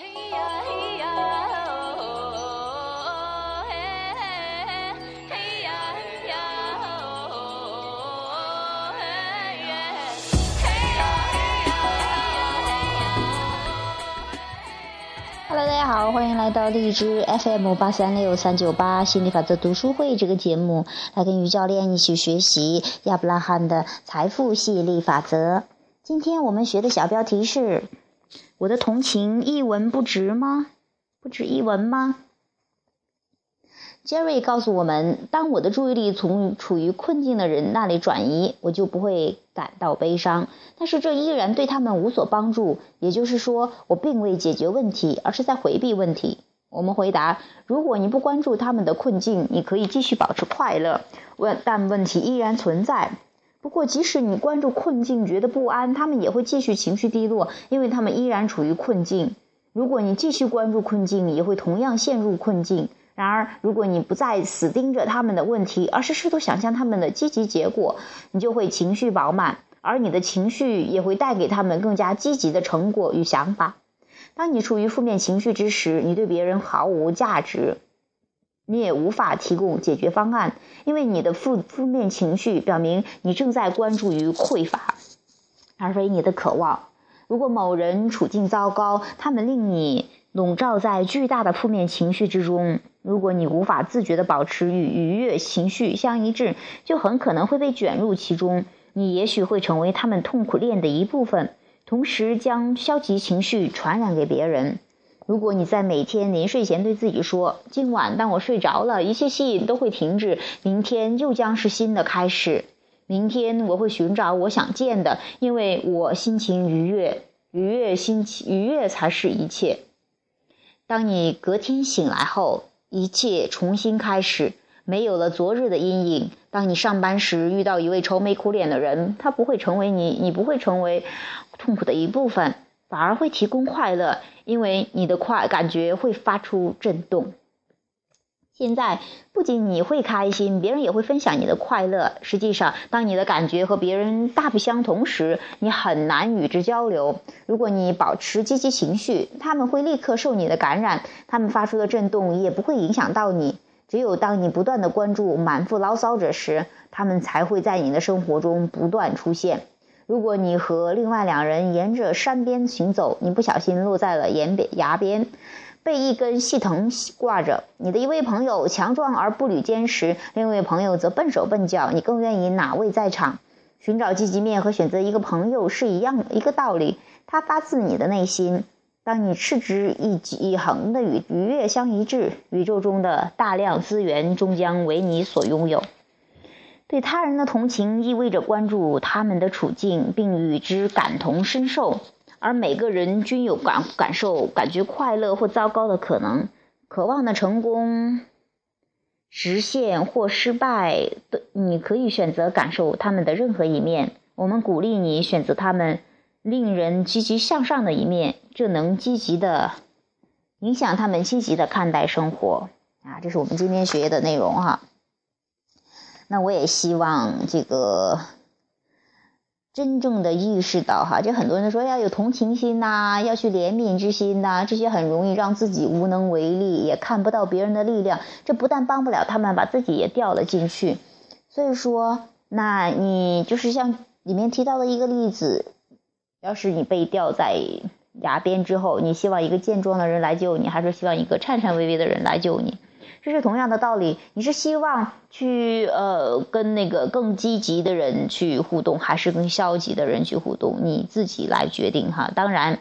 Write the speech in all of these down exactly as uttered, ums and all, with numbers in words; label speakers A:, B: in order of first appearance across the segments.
A: Hello， 大家好，欢迎来到荔枝 F M 八三六三九八心理法则读书会这个节目，来跟于教练一起学习亚伯拉罕的财富吸引力法则。今天我们学的小标题是：我的同情一文不值吗？不值一文吗？杰瑞告诉我们，当我的注意力从处于困境的人那里转移，我就不会感到悲伤，但是这依然对他们无所帮助，也就是说，我并未解决问题，而是在回避问题。我们回答，如果你不关注他们的困境，你可以继续保持快乐，但问题依然存在。不过即使你关注困境觉得不安，他们也会继续情绪低落，因为他们依然处于困境。如果你继续关注困境，也会同样陷入困境。然而如果你不再死盯着他们的问题，而是试图想象他们的积极结果，你就会情绪饱满，而你的情绪也会带给他们更加积极的成果与想法。当你处于负面情绪之时，你对别人毫无价值，你也无法提供解决方案，因为你的负负面情绪表明你正在关注于匮乏，而非你的渴望。如果某人处境糟糕，他们令你笼罩在巨大的负面情绪之中，如果你无法自觉地保持与愉悦情绪相一致，就很可能会被卷入其中，你也许会成为他们痛苦链的一部分，同时将消极情绪传染给别人。如果你在每天临睡前对自己说，今晚当我睡着了，一切吸引都会停止，明天又将是新的开始，明天我会寻找我想见的，因为我心情愉悦，愉悦心情愉悦才是一切。当你隔天醒来后，一切重新开始，没有了昨日的阴影。当你上班时遇到一位愁眉苦脸的人，他不会成为你，你不会成为痛苦的一部分，反而会提供快乐，因为你的快感觉会发出震动。现在不仅你会开心，别人也会分享你的快乐。实际上，当你的感觉和别人大不相同时，你很难与之交流。如果你保持积极情绪，他们会立刻受你的感染，他们发出的震动也不会影响到你。只有当你不断地关注满腹牢骚者时，他们才会在你的生活中不断出现。如果你和另外两人沿着山边行走，你不小心落在了岩边崖边，被一根细藤挂着，你的一位朋友强壮而步履坚实，另一位朋友则笨手笨脚，你更愿意哪位在场？寻找积极面和选择一个朋友是一样一个道理，它发自你的内心。当你持之以以恒的与愉悦相一致，宇宙中的大量资源终将为你所拥有。对他人的同情意味着关注他们的处境，并与之感同身受。而每个人均有感感受感觉快乐或糟糕的可能，渴望的成功实现或失败，你可以选择感受他们的任何一面。我们鼓励你选择他们令人积极向上的一面，这能积极的影响他们积极的看待生活啊，这是我们今天学的内容哈。那我也希望这个真正的意识到哈，就很多人说要有同情心呐、啊，要去怜悯之心呐、啊，这些很容易让自己无能为力，也看不到别人的力量，这不但帮不了他们，把自己也掉了进去。所以说，那你就是像里面提到的一个例子，要是你被吊在崖边之后，你希望一个健壮的人来救你，还是希望一个颤颤巍巍的人来救你？这是同样的道理，你是希望去呃跟那个更积极的人去互动，还是跟消极的人去互动？你自己来决定哈。当然，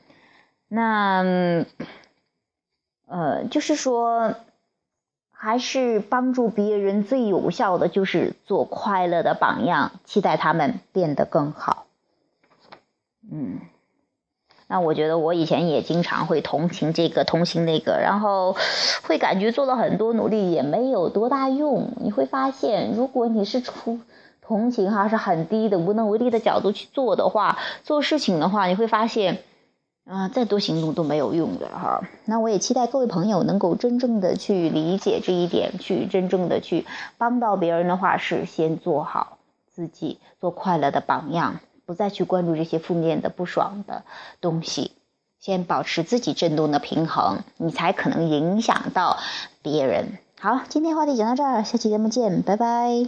A: 那呃就是说，还是帮助别人最有效的就是做快乐的榜样，期待他们变得更好。嗯。那我觉得我以前也经常会同情这个同情那个，然后会感觉做了很多努力也没有多大用。你会发现，如果你是出同情哈是很低的无能为力的角度去做的话，做事情的话，你会发现啊、呃，再多行动都没有用的哈。那我也期待各位朋友能够真正的去理解这一点，去真正的去帮到别人的话，是先做好自己，做快乐的榜样，不再去关注这些负面的不爽的东西。 先保持自己振动的平衡，你才可能影响到别人。好，今天话题讲到这儿，下期节目见，拜拜。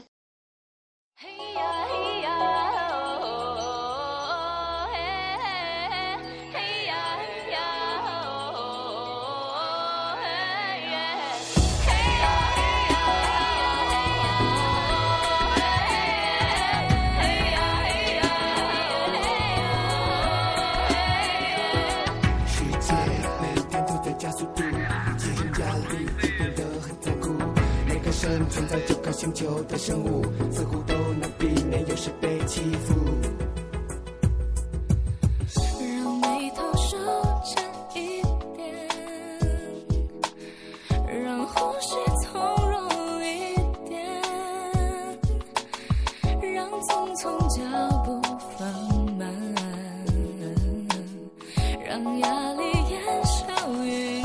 B: 生存在这个星球的生物，似乎都能避免有时被欺负。
C: 让眉头收窄一点，让呼吸从容一点，让匆匆脚步放慢，让压力减少一点。